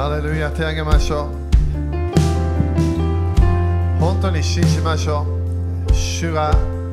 ハレルヤ、手を挙げましょう。本当に信じましょう。主が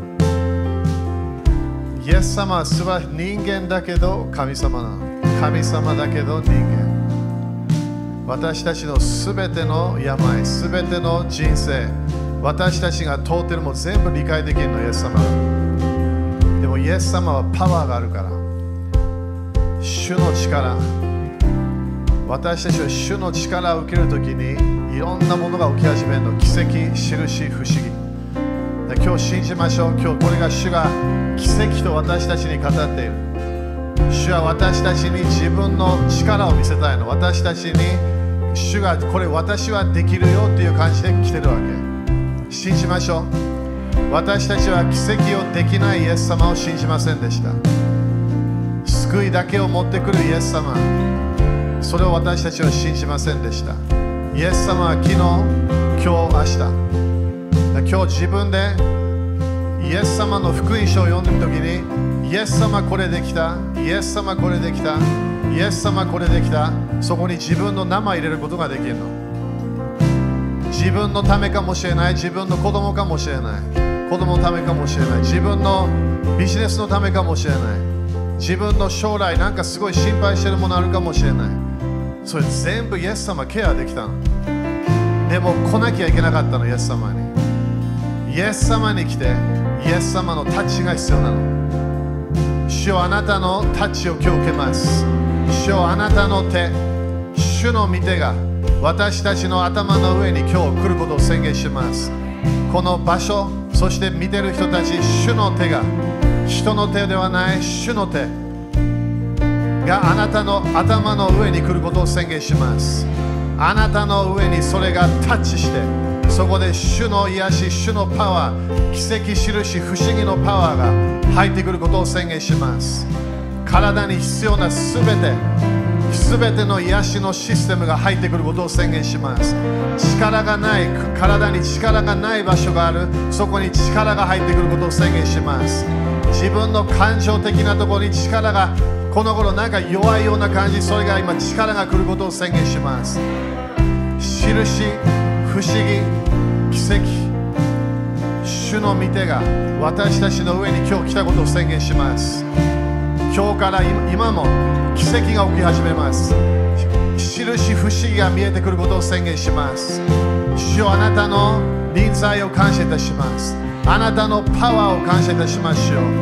イエス様は素晴らしい人間だけど神様なの。神様だけど人間。私たちのすべての病、すべての人生、私たちが通っているも全部理解できるの、イエス様。でもイエス様はパワーがあるから、主の力、私たちは主の力を受けるときにいろんなものが起き始めるの。奇跡、印、不思議。今日信じましょう。今日これが主が奇跡と私たちに語っている。主は私たちに自分の力を見せたいの。私たちに主がこれ私はできるよっていう感じで来てるわけ。信じましょう。私たちは奇跡をできないイエス様を信じませんでした。救いだけを持ってくるイエス様、それを私たちは信じませんでした。イエス様は昨日、今日、明日。今日自分でイエス様の福音書を読んでみるときに、イエス様これできた、イエス様これできた、イエス様これできた、そこに自分の名前入れることができるの。自分のためかもしれない、自分の子供かもしれない、子供のためかもしれない、自分のビジネスのためかもしれない、自分の将来なんかすごい心配してるものあるかもしれない。それ全部イエス様ケアできたの。でも来なきゃいけなかったの、イエス様に。イエス様に来て、イエス様のタッチが必要なの。主よ、あなたのタッチを今日受けます。主よ、あなたの手、主の御手が私たちの頭の上に今日来ることを宣言します。この場所、そして見てる人たち、主の手が、人の手ではない主の手があなたの頭の上に来ることを宣言します。あなたの上にそれがタッチして、そこで主の癒し、主のパワー、奇跡、印、不思議のパワーが入ってくることを宣言します。体に必要なすべての癒しのシステムが入ってくることを宣言します。力がない、体に力がない場所がある、そこに力が入ってくることを宣言します。自分の感情的なところに力が、この頃なんか弱いような感じ、それが今力が来ることを宣言します。印、不思議、奇跡、主の御手が私たちの上に今日来たことを宣言します。今日から今も奇跡が起き始めます。印、不思議が見えてくることを宣言します。主よ、あなたの臨在を感謝いたします。あなたのパワーを感謝いたしましょう。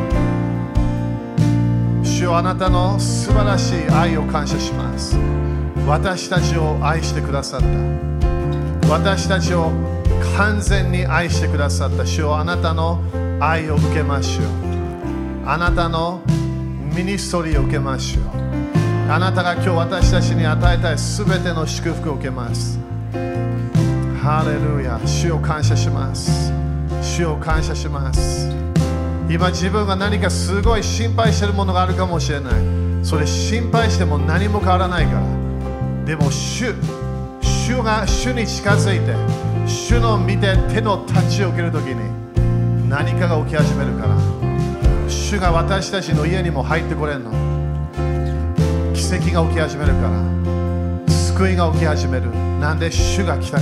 主よ、あなたの素晴らしい愛を感謝します。私たちを愛してくださった。私たちを完全に愛してくださった主よ、あなたの愛を受けましょう。あなたのミニストリーを受けましょう。あなたが今日私たちに与えたいすべての祝福を受けます。ハレルヤ、主を感謝します。主を感謝します。今自分が何かすごい心配しているものがあるかもしれない。それ心配しても何も変わらないから。でも主が主に近づいて、主の見て手のタッチを受けるときに何かが起き始めるから、主が私たちの家にも入ってこれるの。奇跡が起き始めるから、救いが起き始める。なんで主が来たから。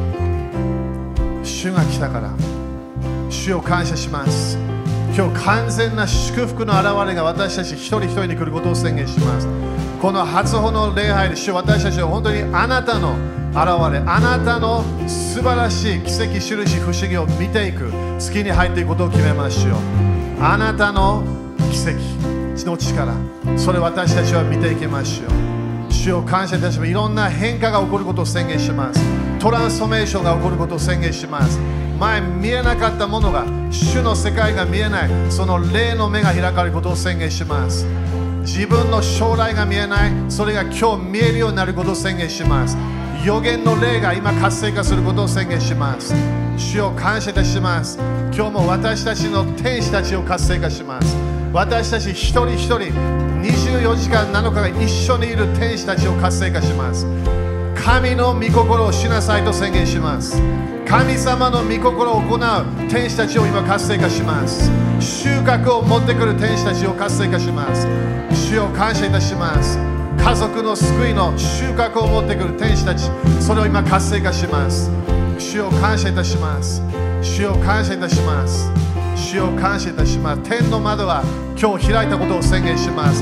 主が来たから。主を感謝します。今日完全な祝福の現れが私たち一人一人に来ることを宣言します。この初歩の礼拝で主、私たちは本当にあなたの現れ、あなたの素晴らしい奇跡、印、不思議を見ていく月に入っていくことを決めましょう。あなたの奇跡の力、それ私たちは見ていきましょう。主を感謝いたします。いろんな変化が起こることを宣言します。トランスフォーメーションが起こることを宣言します。前見えなかったものが、主の世界が見えない、その霊の目が開かれることを宣言します。自分の将来が見えない、それが今日見えるようになることを宣言します。予言の霊が今活性化することを宣言します。主を感謝いたします。今日も私たちの天使たちを活性化します。私たち一人一人24時間7日が一緒にいる天使たちを活性化します。神の御心をしなさいと宣言します。神様の御心を行う天使たちを今活性化します。収穫を持ってくる天使たちを活性化します。主を感謝いたします。 家族の救いの収穫を持ってくる天使たち、それを今活性化します。主を感謝いたします。主を感謝いたします。主を感謝いたします。天の窓は今日開いたことを宣言します。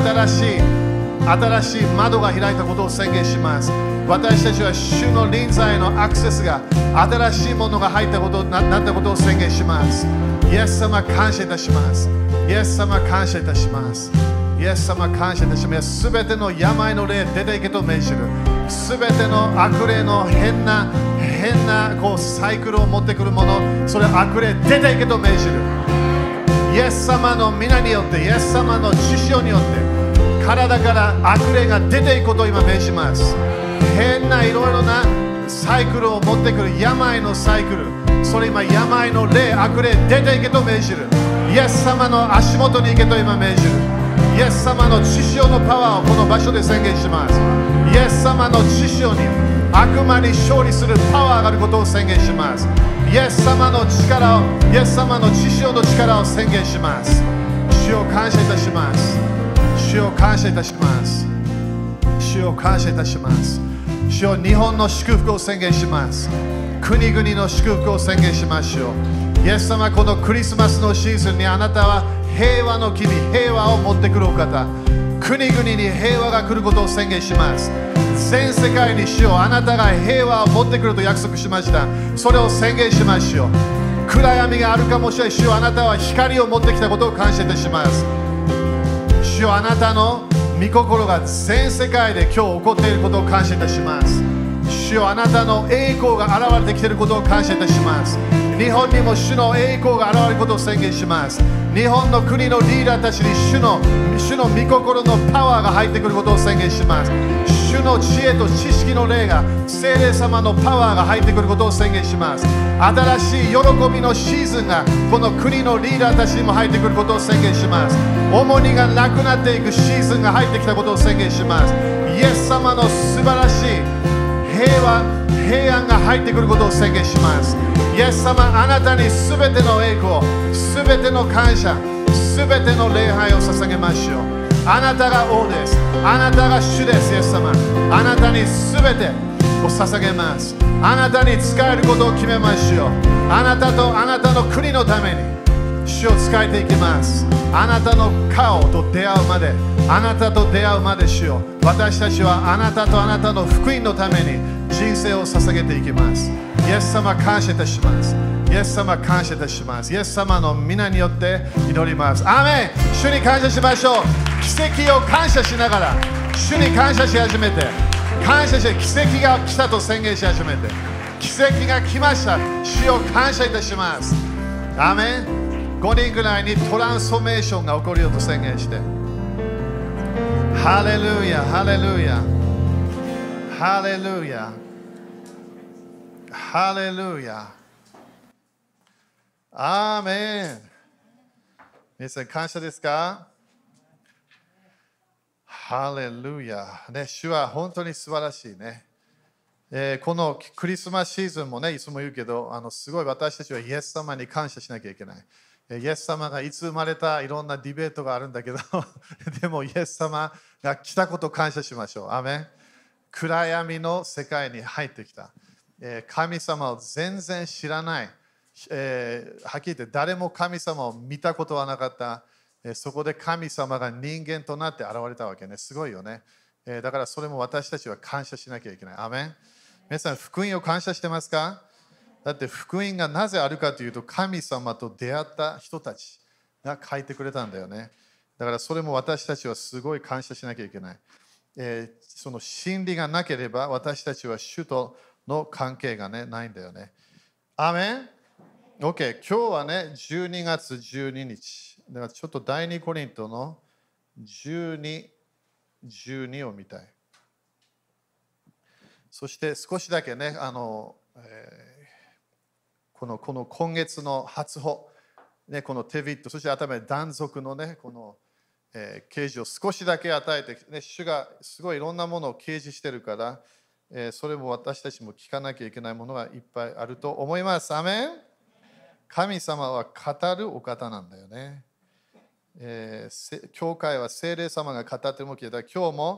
新しい窓が開いたことを宣言します。私たちは主の臨在へのアクセスが新しいものが入ったことになったことを宣言します。イエス様感謝いたします。イエス様感謝いたします。イエス様感謝いたします。すべての病の霊出ていけと命じる。すべての悪霊の変なこうサイクルを持ってくるもの、それ悪霊出ていけと命じる。イエス様の皆によって、イエス様の血潮によって体から悪霊が出ていくことを今命じます。変ないろいろなサイクルを持ってくる病のサイクル、それ今病の霊、悪霊出ていけと命じる。イエス様の足元に行けと今命じる。イエス様の血潮のパワーをこの場所で宣言します。イエス様の血潮に悪魔に勝利するパワーがあることを宣言します。イエス様の力を、イエス様の血潮の力を宣言します。主を感謝いたします。主を感謝いたします。主を感謝いたします。主を日本の祝福を宣言します。国々の祝福を宣言しましょう。イエス様、このクリスマスのシーズンにあなたは平和の君、平和を持ってくるお方、国々に平和が来ることを宣言します。全世界に主よ、あなたが平和を持ってくると約束しました。それを宣言しましょう。暗闇があるかもしれない。主よ、あなたは光を持ってきたことを感謝いたします。主よ、あなたの御心が全世界で今日起こっていることを感謝いたします。主よ、あなたの栄光が現れてきていることを感謝いたします。日本にも主の栄光が現れることを宣言します。日本の国のリーダーたちに主の御心のパワーが入ってくることを宣言します。主の知恵と知識の霊が、聖霊様のパワーが入ってくることを宣言します。新しい喜びのシーズンがこの国のリーダーたちにも入ってくることを宣言します。重荷がなくなっていくシーズンが入ってきたことを宣言します。イエス様の素晴らしい平安が入ってくることを宣言します。イエス様、あなたにすべての栄光、すべての感謝、すべての礼拝を捧げましょう。あなたが王です。あなたが主です。イエス様、あなたにすべてを捧げます。あなたに仕えることを決めましょう。あなたとあなたの国のために主を仕えていきます。あなたの顔と出会うまで、あなたと出会うまで主よ、私たちはあなたとあなたの福音のために人生を捧げていきます。イエス様、感謝いたします。イエス様、感謝いたします。イエス様の皆によって祈ります。アーメン。主に感謝しましょう。奇跡を感謝しながら主に感謝し始めて、感謝して奇跡が来たと宣言し始めて、奇跡が来ました。主を感謝いたします。アーメン。5人ぐらいにトランスフォーメーションが起こるよと宣言して、ハレルヤ、ハレルヤ、ハレルヤ、ハレルヤ、アーメン。皆さん感謝ですか？ハレルヤ、ね、主は本当に素晴らしいね。このクリスマスシーズンもね、いつも言うけど、すごい私たちはイエス様に感謝しなきゃいけない。イエス様がいつ生まれたいろんなディベートがあるんだけどでもイエス様が来たことを感謝しましょう。アメン。暗闇の世界に入ってきた。神様を全然知らない。はっきり言って誰も神様を見たことはなかった。そこで神様が人間となって現れたわけね。すごいよね。だからそれも私たちは感謝しなきゃいけない。アメン。皆さん、福音を感謝してますか？だって福音がなぜあるかというと、神様と出会った人たちが書いてくれたんだよね。だからそれも私たちはすごい感謝しなきゃいけない。その真理がなければ私たちは主との関係が、ね、ないんだよね。アーメン。 OK、 今日はね、12月12日。だからちょっと第2コリントの12を見たい。そして少しだけね、この今月の初歩、ね、このテビット、そして頭に断続のね、この、啓示を少しだけ与えて、ね、主がすごいいろんなものを啓示してるから、それも私たちも聞かなきゃいけないものがいっぱいあると思います。アメン。神様は語るお方なんだよね。教会は聖霊様が語ってるもきだ。今日も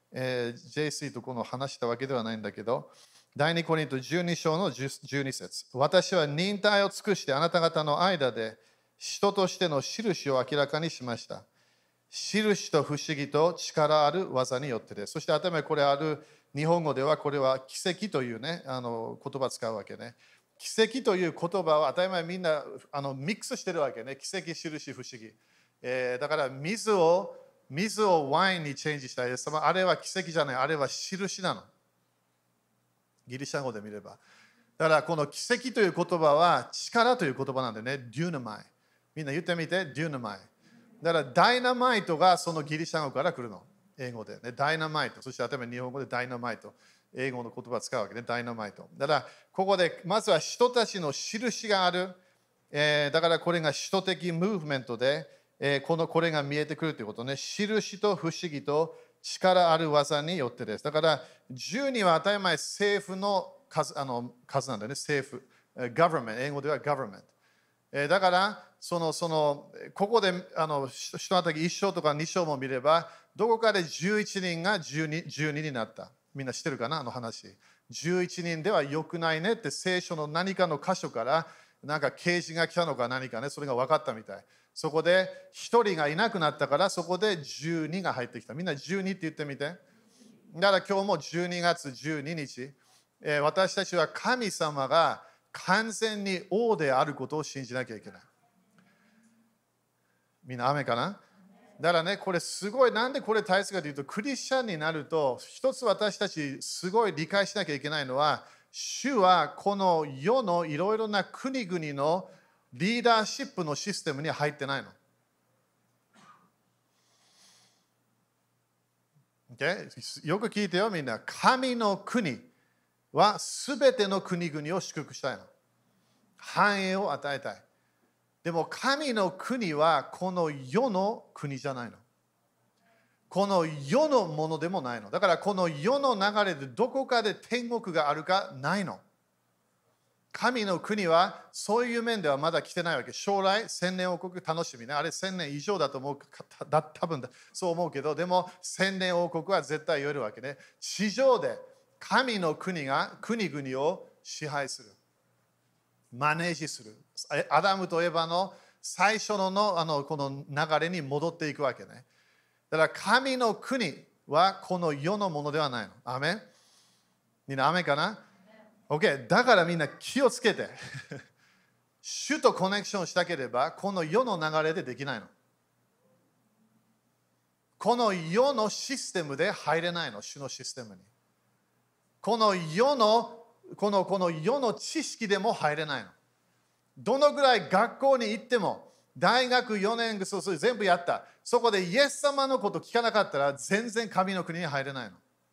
JC とこの話したわけではないんだけど、第2コリント12章の12節。私は忍耐を尽くしてあなた方の間で人としての印を明らかにしました。印と不思議と力ある技によってです。そして頭にこれある日本語ではこれは奇跡というね、言葉を使うわけね。奇跡という言葉は当たり前みんなミックスしてるわけね。奇跡、印、不思議。だから水をワインにチェンジしたイエス様、あれは奇跡じゃない、あれは印なの。ギリシャ語で見れば。だからこの奇跡という言葉は力という言葉なんでね、デュナマイ。みんな言ってみて、デュナマイ。だからダイナマイトがそのギリシャ語から来るの。英語でね、ダイナマイト。そして例えば日本語でダイナマイト。英語の言葉を使うわけね、ダイナマイト。だからここでまずは人たちの印がある。だからこれが首都的ムーブメントで、これが見えてくるということね。印と不思議と力ある技によってです。だから12は当たり前政府の数なんだよね。政府。government。英語では government。だからここで人当たり1章とか2章も見れば、どこかで11人が12になった。みんな知ってるかな、あの話。11人では良くないねって聖書の何かの箇所からなんか啓示が来たのか何かね、それが分かったみたい。そこで1人がいなくなったから、そこで12が入ってきた。みんな12って言ってみて。だから今日も12月12日、私たちは神様が完全に王であることを信じなきゃいけない。みんな雨かな？だからね、これすごい、なんでこれ大切かというと、クリスチャンになると、一つ私たちすごい理解しなきゃいけないのは、主はこの世のいろいろな国々のリーダーシップのシステムに入ってないの。Okay? よく聞いてよ、みんな。神の国はすべての国々を祝福したいの。繁栄を与えたい。でも神の国はこの世の国じゃないの。この世のものでもないの。だからこの世の流れでどこかで天国があるかないの。神の国はそういう面ではまだ来てないわけ。将来千年王国楽しみね。あれ千年以上だと思う多分そう思うけど、でも千年王国は絶対言えるわけね。地上で神の国が国々を支配する。マネージする。アダムとエヴァの最初のこの流れに戻っていくわけね。だから神の国はこの世のものではないの。アメン？みんなアメンかな？ OK。だからみんな気をつけて。主とコネクションしたければ、この世の流れでできないの。この世のシステムで入れないの、主のシステムに。この世の知識でも入れないの。どのぐらい学校に行っても、大学4年全部やった。そこでイエス様のこと聞かなかったら、全然神の国に入れないの。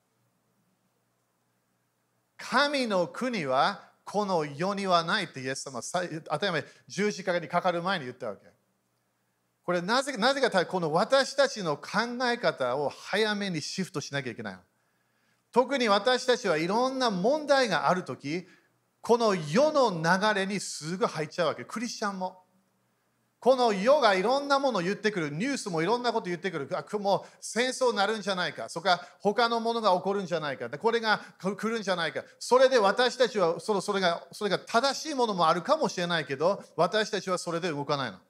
神の国はこの世にはないってイエス様は当たり前十字架にかかる前に言ったわけ。これなぜかこの私たちの考え方を早めにシフトしなきゃいけないの。特に私たちはいろんな問題があるとき、この世の流れにすぐ入っちゃうわけ。クリスチャンも。この世がいろんなものを言ってくる。ニュースもいろんなこと言ってくる。もう戦争になるんじゃないか。それから他のものが起こるんじゃないか。これが来るんじゃないか。それで私たちはそれが正しいものもあるかもしれないけど、私たちはそれで動かないの。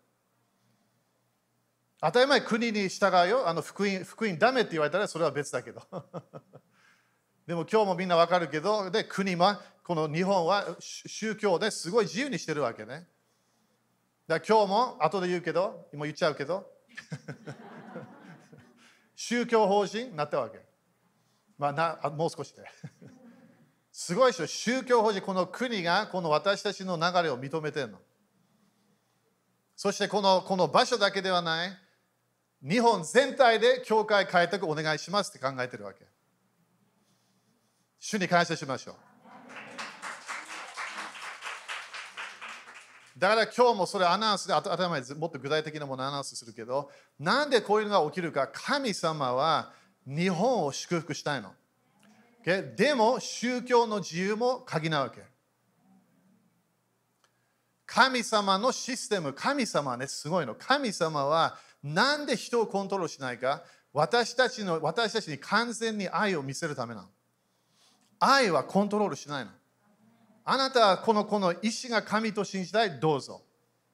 当たり前国に従うよ。福音ダメって言われたらそれは別だけど。でも今日もみんなわかるけど、で国はこの日本は宗教ですごい自由にしてるわけね。だから今日も後で言うけど、今言っちゃうけど、宗教法人になったわけ。もう少しで。すごいでしょ、宗教法人、この国がこの私たちの流れを認めてるの。そしてこの場所だけではない、日本全体で教会開拓お願いしますって考えてるわけ。主に感謝しましょう。だから今日もそれアナウンスで、頭にもっと具体的なものをアナウンスするけど、なんでこういうのが起きるか、神様は日本を祝福したいの。でも宗教の自由も鍵なわけ。神様のシステム、神様はね、すごいの。神様はなんで人をコントロールしないか、 私たちに完全に愛を見せるためなの。愛はコントロールしないの。あなたはこの意志が神と信じたい、どうぞ。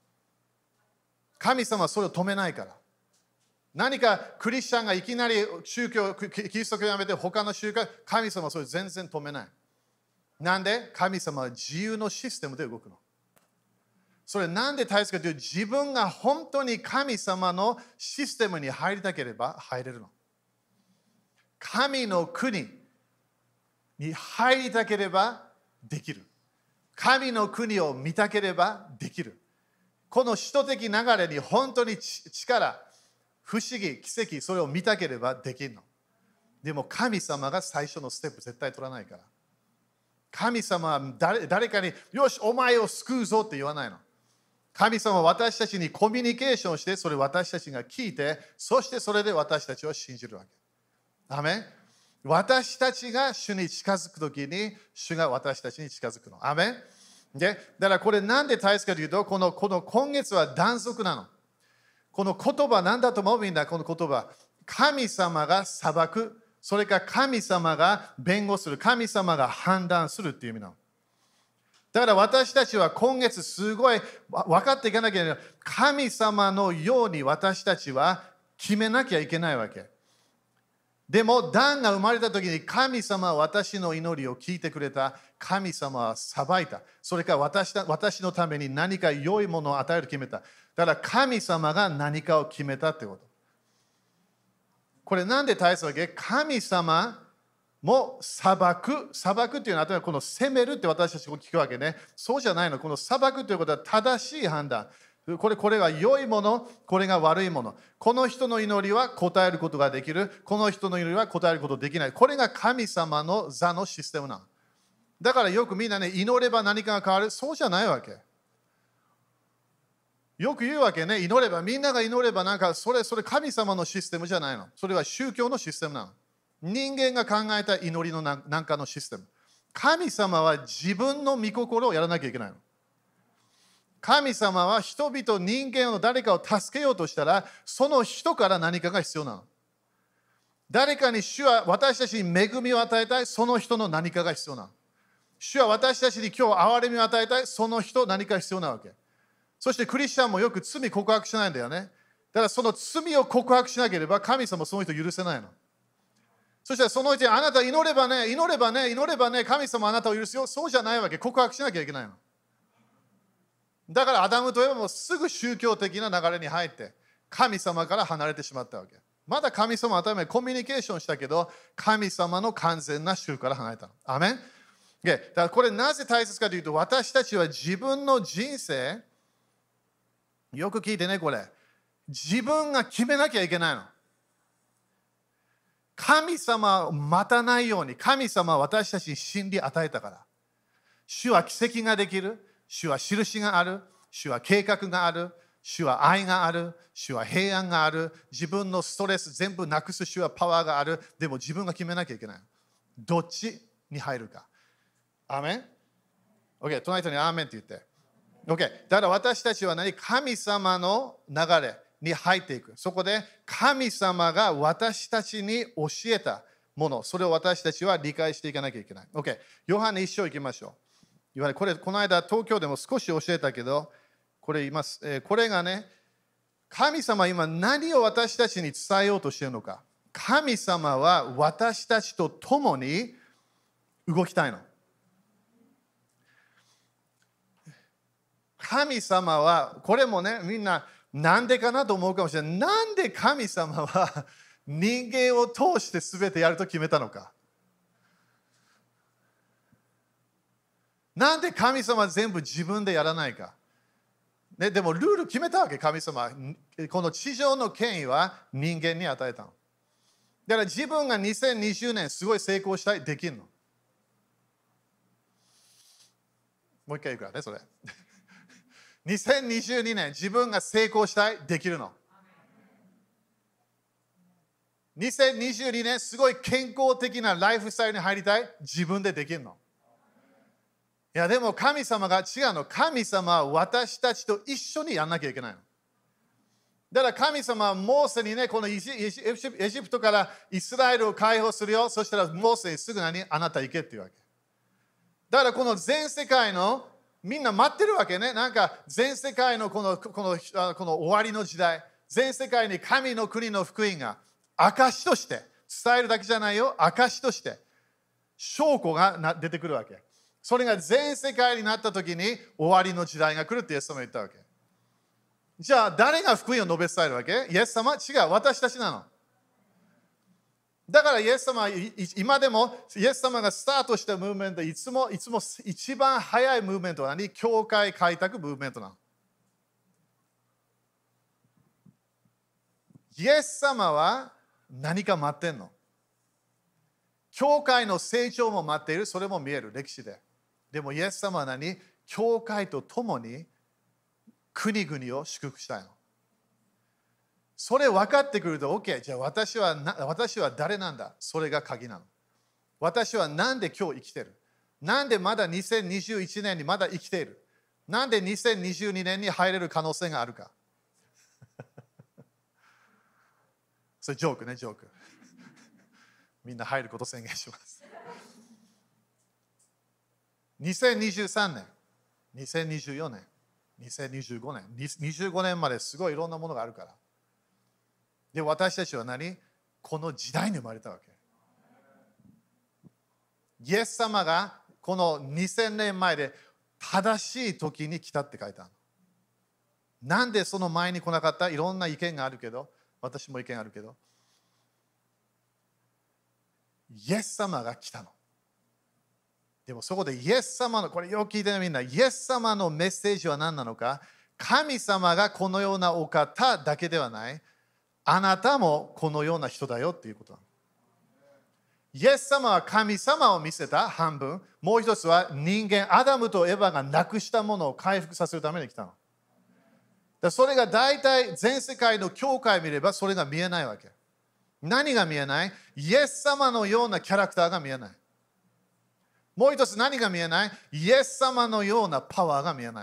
神様はそれを止めないから。何かクリスチャンがいきなりキリスト教をやめて他の宗教、神様はそれを全然止めない。なんで神様は自由のシステムで動くの。それなんで大切かというと、自分が本当に神様のシステムに入りたければ入れるの。神の国に入りたければできる。神の国を見たければできる。この使徒的流れに本当に力、不思議、奇跡、それを見たければできるの。でも神様が最初のステップ絶対取らないから。神様は誰かに、よし、お前を救うぞって言わないの。神様は私たちにコミュニケーションして、それを私たちが聞いて、そしてそれで私たちを信じるわけ。アメン。私たちが主に近づくときに、主が私たちに近づくの。アメン。で、だからこれなんで大切かというと、この今月は断続なの。この言葉なんだと思う？みんなこの言葉。神様が裁く。それから神様が弁護する。神様が判断するっていう意味なの。だから私たちは今月すごい分かっていかなきゃいけない。神様のように私たちは決めなきゃいけないわけ。でも、ダンが生まれた時に神様は私の祈りを聞いてくれた。神様は裁いた。それから私のために何か良いものを与えると決めた。だから神様が何かを決めたってこと。これなんで大切なわけ？神様も裁くっていうのは、例えばこの責めるって私たちが聞くわけね。そうじゃないの。この裁くということは正しい判断。これが良いもの、これが悪いもの。この人の祈りは答えることができる。この人の祈りは答えることができない。これが神様の座のシステムなの。だからよくみんなね、祈れば何かが変わる。そうじゃないわけ。よく言うわけね。祈れば、みんなが祈ればなんか、それ神様のシステムじゃないの。それは宗教のシステムなの。人間が考えた祈りのなんかのシステム。神様は自分の御心をやらなきゃいけないの。神様は人々、人間の誰かを助けようとしたら、その人から何かが必要なの。誰かに主は私たちに恵みを与えたい、その人の何かが必要なの。主は私たちに今日憐れみを与えたい、その人何か必要なわけ。そしてクリスチャンもよく罪告白しないんだよね。だからその罪を告白しなければ神様その人許せないの。そしたらその人にあなた祈ればね、神様あなたを許すよ。そうじゃないわけ。告白しなきゃいけないの。だからアダムといえばもうすぐ宗教的な流れに入って神様から離れてしまったわけ。まだ神様のためにコミュニケーションしたけど神様の完全な宗から離れたの。アメン。だからこれなぜ大切かというと、私たちは自分の人生、よく聞いてね、これ。自分が決めなきゃいけないの。神様を待たないように、神様は私たちに真理を与えたから。主は奇跡ができる。主は印がある。主は計画がある。主は愛がある。主は平安がある。自分のストレス全部なくす主はパワーがある。でも自分が決めなきゃいけない。どっちに入るか。アーメン？ OK、隣人にアーメンって言って。OK、だから私たちは神様の流れに入っていく。そこで神様が私たちに教えたもの、それを私たちは理解していかなきゃいけない。OK、ヨハネ1章行きましょう。いわゆるこれ、この間東京でも少し教えたけど、これ言います。これがね、神様は今何を私たちに伝えようとしているのか。神様は私たちと共に動きたいの。神様は、これもね、みんななんでかなと思うかもしれない。なんで神様は人間を通して全てやると決めたのか。なんで神様は全部自分でやらないか。ね、でもルール決めたわけ、神様は。この地上の権威は人間に与えたの。だから自分が2020年すごい成功したい、できるの。もう一回言うからね、それ。2022年自分が成功したい、できるの。2022年すごい健康的なライフスタイルに入りたい、自分でできるの。いやでも神様が違うの。神様は私たちと一緒にやんなきゃいけないの。 だから神様はモーセにね、このエジプトからイスラエルを解放するよ。そしたらモーセにすぐあなた行けっていうわけ。だからこの全世界のみんな待ってるわけね。なんか全世界のこの終わりの時代、全世界に神の国の福音が証として伝えるだけじゃないよ、証として証拠が出てくるわけ。それが全世界になった時に終わりの時代が来るってイエス様が言ったわけ。じゃあ誰が福音を述べ伝えるわけ？イエス様？違う、私たちなの。だからイエス様は今でもイエス様がスタートしたムーブメント、いつも一番早いムーブメントは何？教会開拓ムーブメントなの。イエス様は何か待ってんの。教会の成長も待っている、それも見える、歴史で。でもイエス様は何？教会と共に国々を祝福したいの。それ分かってくると、OK、じゃあ私は誰なんだ？それが鍵なの。私はなんで今日生きてる？なんでまだ2021年にまだ生きている？なんで2022年に入れる可能性があるか？それジョークね、ジョーク。みんな入ること宣言します。2023年、2024年、2025年、25年まですごいいろんなものがあるから。で、私たちは何？この時代に生まれたわけ。イエス様がこの2000年前で正しい時に来たって書いてある。なんでその前に来なかった？いろんな意見があるけど、私も意見あるけど、イエス様が来たの。でもそこでイエス様の、これよく聞いてねみんな、イエス様のメッセージは何なのか？神様がこのようなお方だけではない。あなたもこのような人だよっていうことなの。イエス様は神様を見せた半分、もう一つは人間、アダムとエヴァがなくしたものを回復させるために来たの。それが大体全世界の教会を見ればそれが見えないわけ。何が見えない？イエス様のようなキャラクターが見えない。もう一つ何が見えない？イエス様のようなパワーが見えない。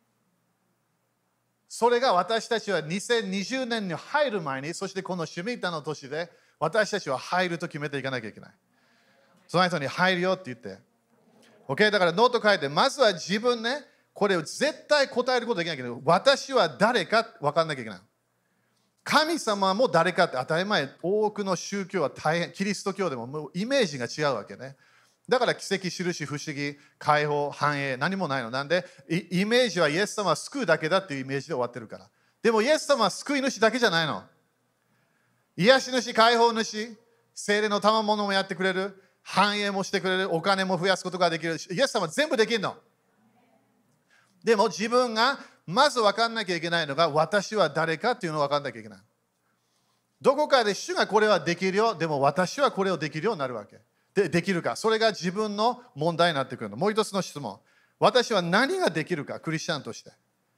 それが私たちは2020年に入る前に、そしてこのシュミッタの年で私たちは入ると決めていかなきゃいけない。その人に入るよって言って。OK？ だからノート書いて、まずは自分ね、これを絶対答えることできないけど、私は誰か分かんなきゃいけない。神様も誰かって当たり前、多くの宗教は大変、キリスト教でももうイメージが違うわけね。だから奇跡、印、不思議、解放、繁栄、何もないの。なんで、イメージはイエス様は救うだけだっていうイメージで終わってるから。でもイエス様は救い主だけじゃないの。癒し主、解放主、聖霊の賜物もやってくれる、繁栄もしてくれる、お金も増やすことができる。イエス様は全部できるの。でも自分がまず分かんなきゃいけないのが、私は誰かっていうのを分かんなきゃいけない。どこかで主がこれはできるよ、でも私はこれをできるようになるわけ。できるか。それが自分の問題になってくるの。もう一つの質問。私は何ができるか、クリスチャンとして。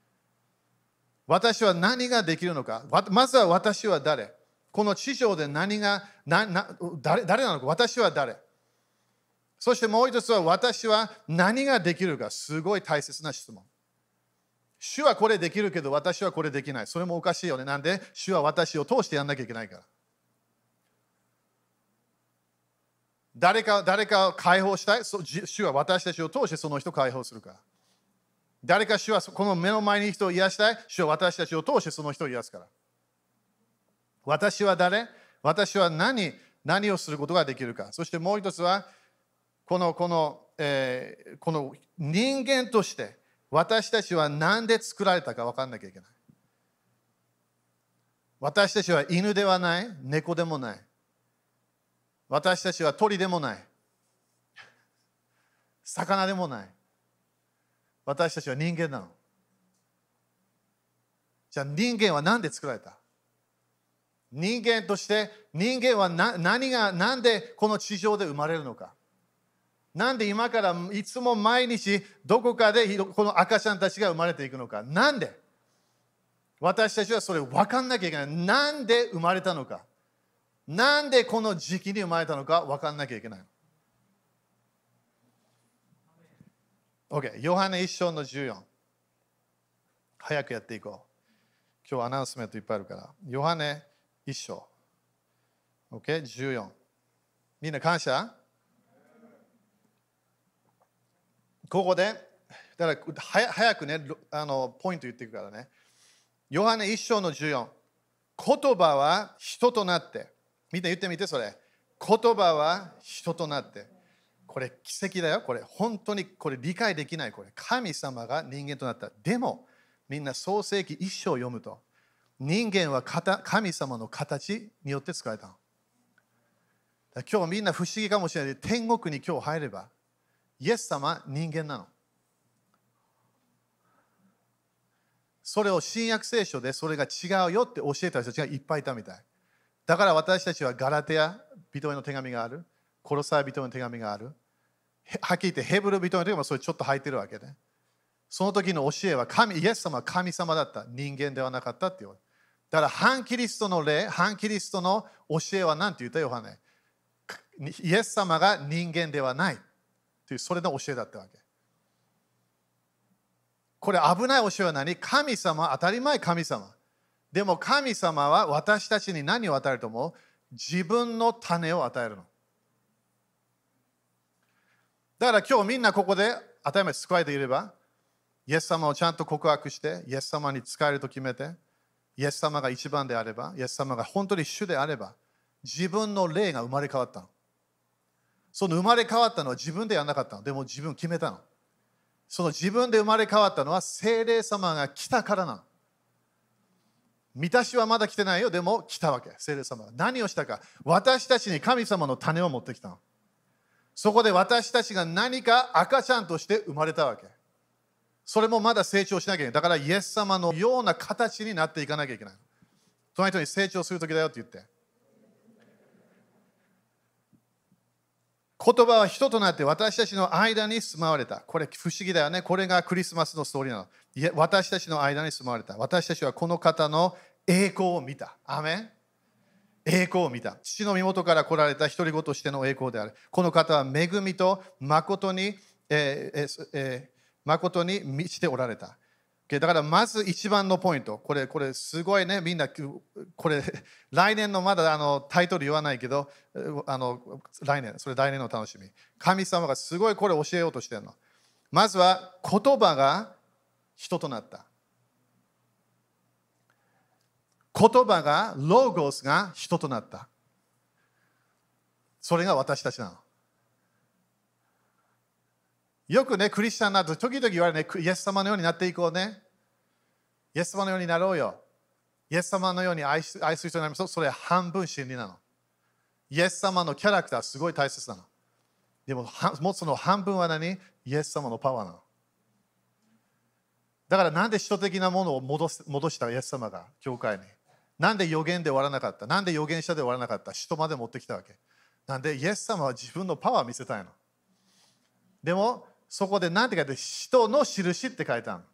私は何ができるのか。まずは私は誰？この地上で誰なのか。私は誰？そしてもう一つは私は何ができるか。すごい大切な質問。主はこれできるけど私はこれできない。それもおかしいよね。なんで主は私を通してやんなきゃいけないから。誰かを解放したい。主は私たちを通してその人を解放するから。主はこの目の前にいる人を癒したい。主は私たちを通してその人を癒すから。私は誰？私は何をすることができるか。そしてもう一つはこの人間として私たちは何で作られたか分かんなきゃいけない。私たちは犬ではない、猫でもない。私たちは鳥でもない。魚でもない。私たちは人間なの。じゃあ人間は何で作られた？人間として人間はなんでこの地上で生まれるのか。なんで今からいつも毎日どこかでこの赤ちゃんたちが生まれていくのか。なんで私たちはそれを分かんなきゃいけない。なんで生まれたのか。なんでこの時期に生まれたのか分かんなきゃいけない。OK。ヨハネ1章の14。早くやっていこう。 今日アナウンスメントいっぱいあるから。ヨハネ1章。OK? 14。みんな感謝？ここで、だから早くね、ポイント言っていくからね。ヨハネ1章の14。言葉は人となって。みんな言ってみて、それ。言葉は人となって。これ奇跡だよ。これ本当にこれ理解できない。これ神様が人間となった。でも、みんな創世記1章を読むと、人間は神様の形によって作られたの。今日みんな不思議かもしれない。天国に今日入れば、イエス様人間なの。それを新約聖書でそれが違うよって教えた人たちがいっぱいいたみたい。だから私たちはガラテヤ人への手紙がある。コロサイ人への手紙がある。はっきり言ってヘブル人への手紙もそれちょっと入ってるわけで、その時の教えはイエス様は神様だった。人間ではなかったって言われる。だから反キリストの霊、反キリストの教えは何て言ったヨハネ。イエス様が人間ではないというそれの教えだったわけ。これ危ない教えは何？神様、当たり前神様。でも神様は私たちに何を与えると思う？自分の種を与えるの。だから今日みんなここで当たり前救われていれば、イエス様をちゃんと告白して、イエス様に仕えると決めて、イエス様が一番であれば、イエス様が本当に主であれば、自分の霊が生まれ変わったの。その生まれ変わったのは自分ではなかったの。でも自分決めたの。その自分で生まれ変わったのは聖霊様が来たからなの。満たしはまだ来てないよ。でも来たわけ。聖霊様が何をしたか。私たちに神様の種を持ってきたの。そこで私たちが何か赤ちゃんとして生まれたわけ。それもまだ成長しなきゃいけない。だからイエス様のような形になっていかなきゃいけない。隣人に成長するときだよって言って。言葉は人となって私たちの間に住まわれた。これ不思議だよね。これがクリスマスのストーリーなの。私たちの間に住まわれた。私たちはこの方の栄光を見た。アメン。栄光を見た。父の身元から来られた独り子としての栄光である。この方は恵みと誠に、誠に満ちておられた。だからまず一番のポイント。これすごいね。みんな、これ来年のまだタイトル言わないけど、来年の楽しみ。神様がすごいこれ教えようとしてるの。まずは言葉が人となった。言葉がロゴスが人となった。それが私たちなの。よくね、クリスチャンになると時々言われるね、イエス様のようになっていこうね。イエス様のようになろうよ。イエス様のように愛する人になります。それは半分真理なの。イエス様のキャラクターすごい大切なの。でも、その半分は何？イエス様のパワーなの。だからなんで使徒的なものを戻したイエス様が教会に。なんで預言で終わらなかった？なんで預言者で終わらなかった？使徒まで持ってきたわけ。なんでイエス様は自分のパワーを見せたいの。でも、そこで何て書いて、使徒の印って書いてある。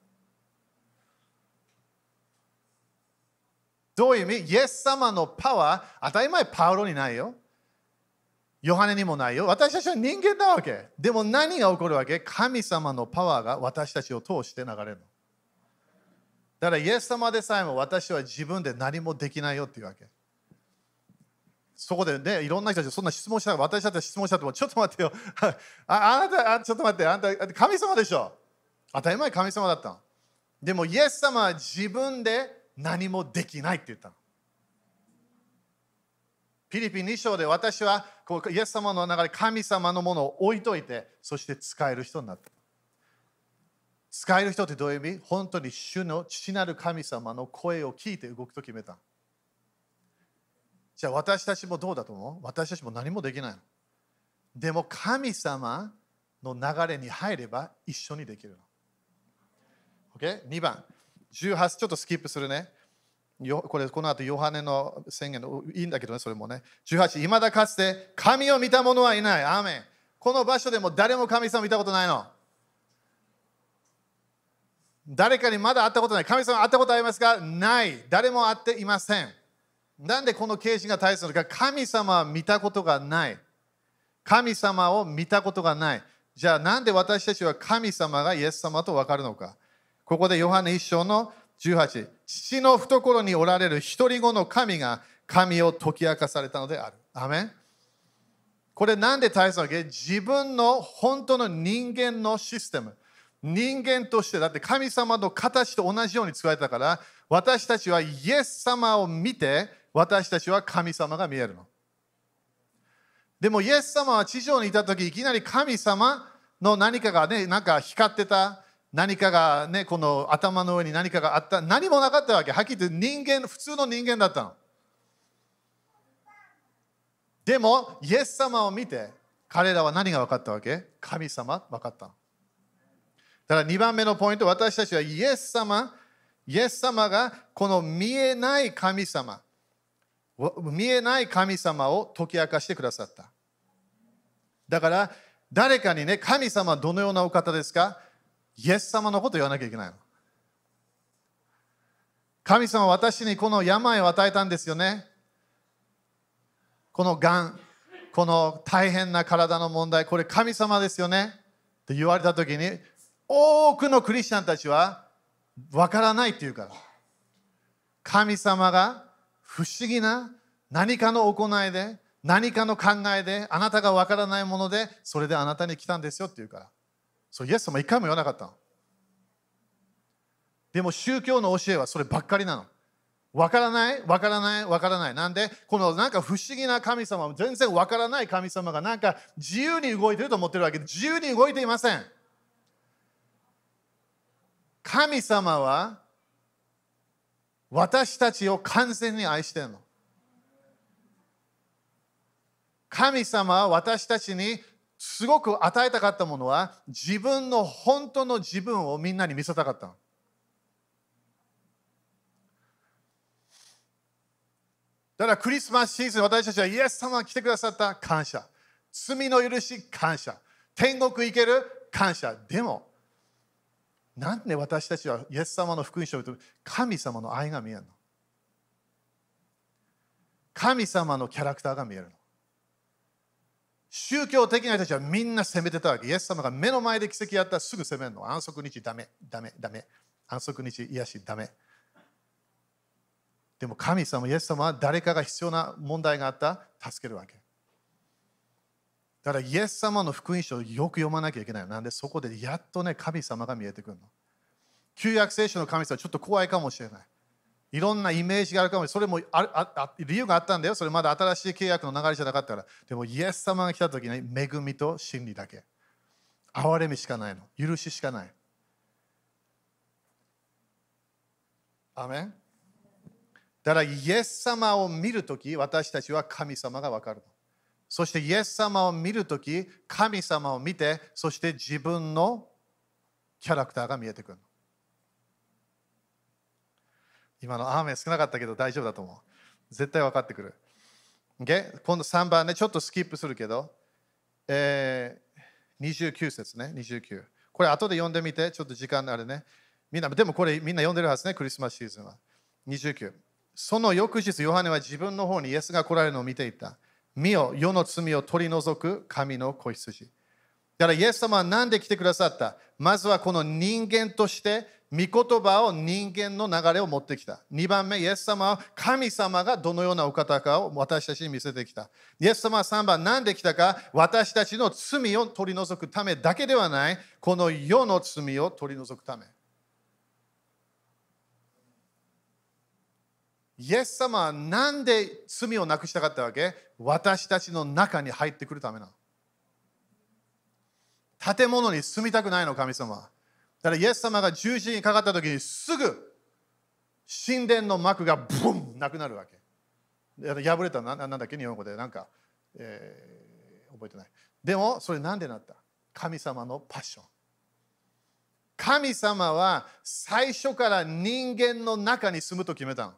どういう意味？イエス様のパワー、当たり前パウロにないよ。ヨハネにもないよ。私たちは人間なわけ。でも何が起こるわけ？神様のパワーが私たちを通して流れるの。だからイエス様でさえも私は自分で何もできないよっていうわけ。そこでね、いろんな人たちそんな質問したら、私だって質問したっても、ちょっと待ってよ。あなた、ちょっと待って、あなた、神様でしょ。当たり前神様だったの。でもイエス様は自分で何もできないって言ったの。ピリピ2章で私はこうイエス様の中で神様のものを置いといて、そして使える人になった。使える人ってどういう意味？本当に主の父なる神様の声を聞いて動くと決めた。じゃあ私たちもどうだと思う？私たちも何もできないの。でも神様の流れに入れば一緒にできるの。Okay? 2番、18、ちょっとスキップするね。この後、ヨハネの宣言のいいんだけどね、それもね。18、いまだかつて神を見た者はいない。アーメン。この場所でも誰も神様見たことないの。誰かにまだ会ったことない。神様会ったことありますか？ない。誰も会っていません。なんでこの啓示が大切なのか。神様は見たことがない。神様を見たことがない。じゃあなんで私たちは神様がイエス様と分かるのか。ここでヨハネ1章の 18、父の懐におられる一人子の神が神を解き明かされたのである。アメン。これなんで大切なわけ？自分の本当の人間のシステム。人間として、だって神様の形と同じように作られたから、私たちはイエス様を見て、私たちは神様が見えるの。でもイエス様は地上にいたとき、いきなり神様の何かがね、なんか光ってた、何かがね、この頭の上に何かがあった、何もなかったわけ。はっきり言って人間、普通の人間だったの。でも、イエス様を見て、彼らは何が分かったわけ？神様分かったの。だから2番目のポイント、私たちはイエス様がこの見えない神様を解き明かしてくださった。だから誰かにね、神様はどのようなお方ですか？イエス様のことを言わなきゃいけないの。神様は私にこの病を与えたんですよね。このがん、この大変な体の問題、これ神様ですよねって言われたときに、多くのクリスチャンたちは分からないっていうから。神様が不思議な何かの行いで、何かの考えで、あなたが分からないもので、それであなたに来たんですよって言うから。そう、イエス様一回も言わなかったの。でも宗教の教えはそればっかりなの。分からない。なんで、このなんか不思議な神様、全然分からない神様がなんか自由に動いてると思ってるわけで、自由に動いていません。神様は私たちを完全に愛しているの。神様は私たちにすごく与えたかったものは、自分の本当の自分をみんなに見せたかったの。だからクリスマスシーズン、私たちはイエス様が来てくださった感謝。罪の許し感謝。天国行ける感謝。でも、なんで私たちはイエス様の福音書を見ると神様の愛が見えるの？神様のキャラクターが見えるの。宗教的な人たちはみんな責めてたわけ。イエス様が目の前で奇跡やったらすぐ責めるの。安息日ダメ。安息日癒しダメ。でも神様、イエス様は誰かが必要な問題があったら助けるわけ。だからイエス様の福音書をよく読まなきゃいけない。なんでそこでやっとね、神様が見えてくるの。旧約聖書の神様はちょっと怖いかもしれない。いろんなイメージがあるかもしれない。それも理由があったんだよ。それまだ新しい契約の流れじゃなかったから。でもイエス様が来た時に恵みと真理だけ。憐れみしかないの。許ししかない。アメン。だからイエス様を見るとき、私たちは神様が分かるの。そしてイエス様を見るとき、神様を見て、そして自分のキャラクターが見えてくるの。今のアーメン少なかったけど大丈夫だと思う。絶対分かってくる。Okay? 今度3番ね、ちょっとスキップするけど、29節ね、29。これ後で読んでみて、ちょっと時間あるね。でもこれみんな読んでるはずね、クリスマスシーズンは。29。その翌日、ヨハネは自分の方にイエスが来られるのを見ていた。見よ、世の罪を取り除く神の子羊。だからイエス様は何で来てくださった？まずはこの人間として、御言葉を人間の流れを持ってきた。2番目、イエス様は神様がどのようなお方かを私たちに見せてきた。イエス様は3番、何で来たか？私たちの罪を取り除くためだけではない、この世の罪を取り除くため。イエス様は何で罪をなくしたかったわけ？私たちの中に入ってくるためなの。建物に住みたくないの、神様は。だからイエス様が十字にかかった時にすぐ神殿の幕がブンなくなるわけ。破れたなんだっけ日本語でなんか、覚えてない。でもそれなんでなった？神様のパッション。神様は最初から人間の中に住むと決めたの。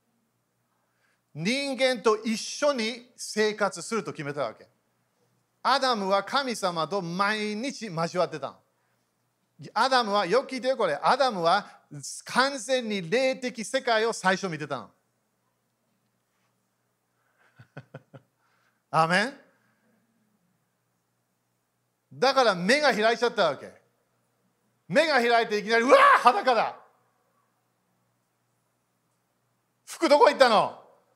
人間と一緒に生活すると決めたわけ。アダムは神様と毎日交わってたの。アダムは、よく聞いてよこれ、アダムは完全に霊的世界を最初見てたの。アーメン。だから目が開いちゃったわけ。目が開いていきなり、うわー裸だ。 服どこ行ったの？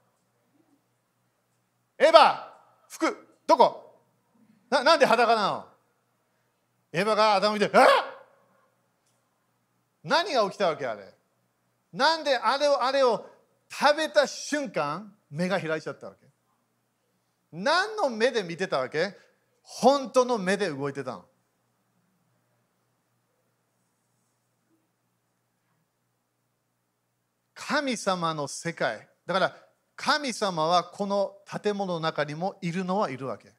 エヴァ、服どこ？なんで裸なの？エヴァがアダム見て、何が起きたわけあれ？なんであれを食べた瞬間、目が開いちゃったわけ？何の目で見てたわけ？本当の目で動いてたの。神様の世界。だから神様はこの建物の中にもいるのはいるわけ。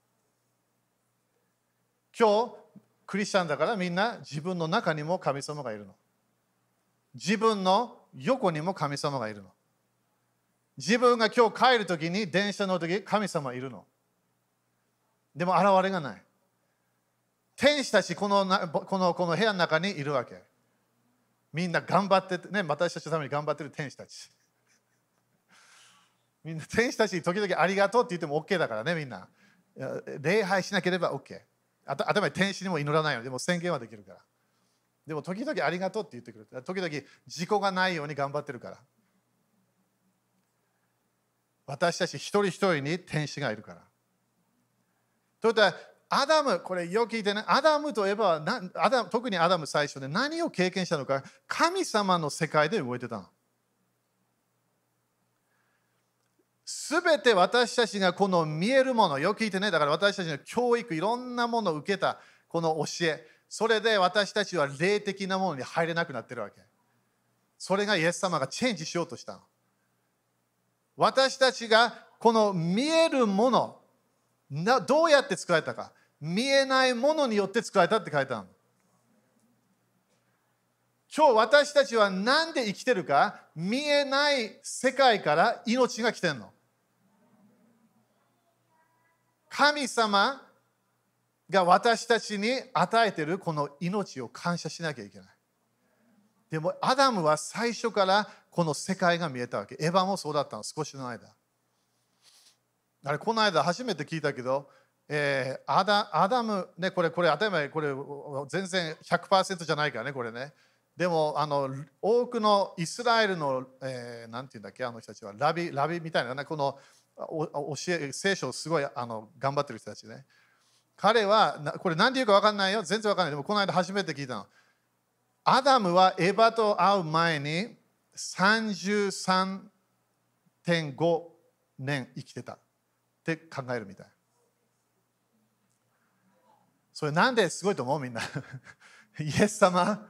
今日、クリスチャンだからみんな自分の中にも神様がいるの。自分の横にも神様がいるの。自分が今日帰るときに電車のとき神様いるの。でも現れがない。天使たちこの部屋の中にいるわけ。みんな頑張ってね、私たちのために頑張ってる天使たち。みんな天使たちに時々ありがとうって言っても OK だからね、みんな。礼拝しなければ OK。当たり前天使にも祈らないのでも宣言はできるから。でも時々ありがとうって言ってくる。時々事故がないように頑張ってるから。私たち一人一人に天使がいるから。といったら、アダム、これよく聞いてね、アダムとエバは特にアダム最初で何を経験したのか、神様の世界で動いてたの。すべて私たちがこの見えるもの、よく聞いてね、だから私たちの教育、いろんなものを受けたこの教え、それで私たちは霊的なものに入れなくなってるわけ。それがイエス様がチェンジしようとしたの。私たちがこの見えるもの、どうやって作られたか、見えないものによって作られたって書いてあるの。今日私たちは何で生きてるか、見えない世界から命が来てるの。神様が私たちに与えているこの命を感謝しなきゃいけない。でもアダムは最初からこの世界が見えたわけ。エヴァもそうだったの、少しの間。この間初めて聞いたけど、アダム、ね、これ当たり前、これ全然 100% じゃないからね、これね。でも多くのイスラエルの、なんていうんだっけ、あの人たちはラビみたいな、ね、この聖書をすごい頑張ってる人たちね。彼は、これ何て言うか分かんないよ、全然分かんない。でもこの間初めて聞いたの。アダムはエヴァと会う前に 33.5 年生きてたって考えるみたい。それなんですごいと思うみんな。イエス様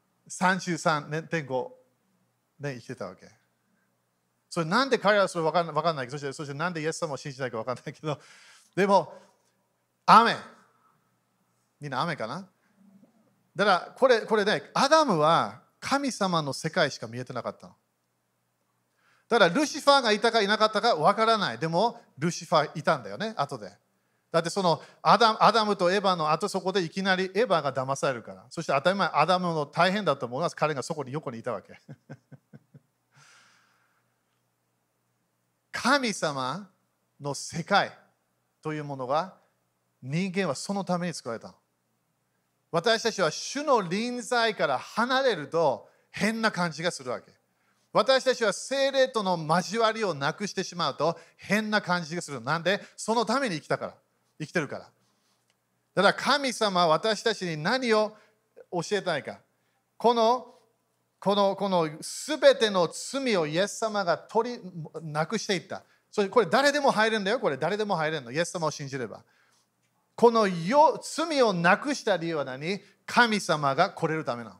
33.5 年生きてたわけ。それなんで彼らはそれ分かんない。そしてなんでイエス様を信じないか分かんないけど、でも、雨。みんな雨かな？だからこれね、アダムは神様の世界しか見えてなかったの。だからルシファーがいたかいなかったか分からない。でもルシファーいたんだよね、後で。だってそのアダムとエヴァの後、そこでいきなりエヴァが騙されるから。そして当たり前、アダムの大変だと思います。彼がそこに横にいたわけ。神様の世界というものが人間はそのために作られたの。私たちは主の臨在から離れると変な感じがするわけ。私たちは聖霊との交わりをなくしてしまうと変な感じがする。なんで？そのために生きてるから。だから神様は私たちに何を教えたいか。このすべての罪をイエス様がなくしていった。これ誰でも入るんだよ。これ誰でも入れるの。イエス様を信じれば。この罪をなくした理由は何？神様が来れるためなの。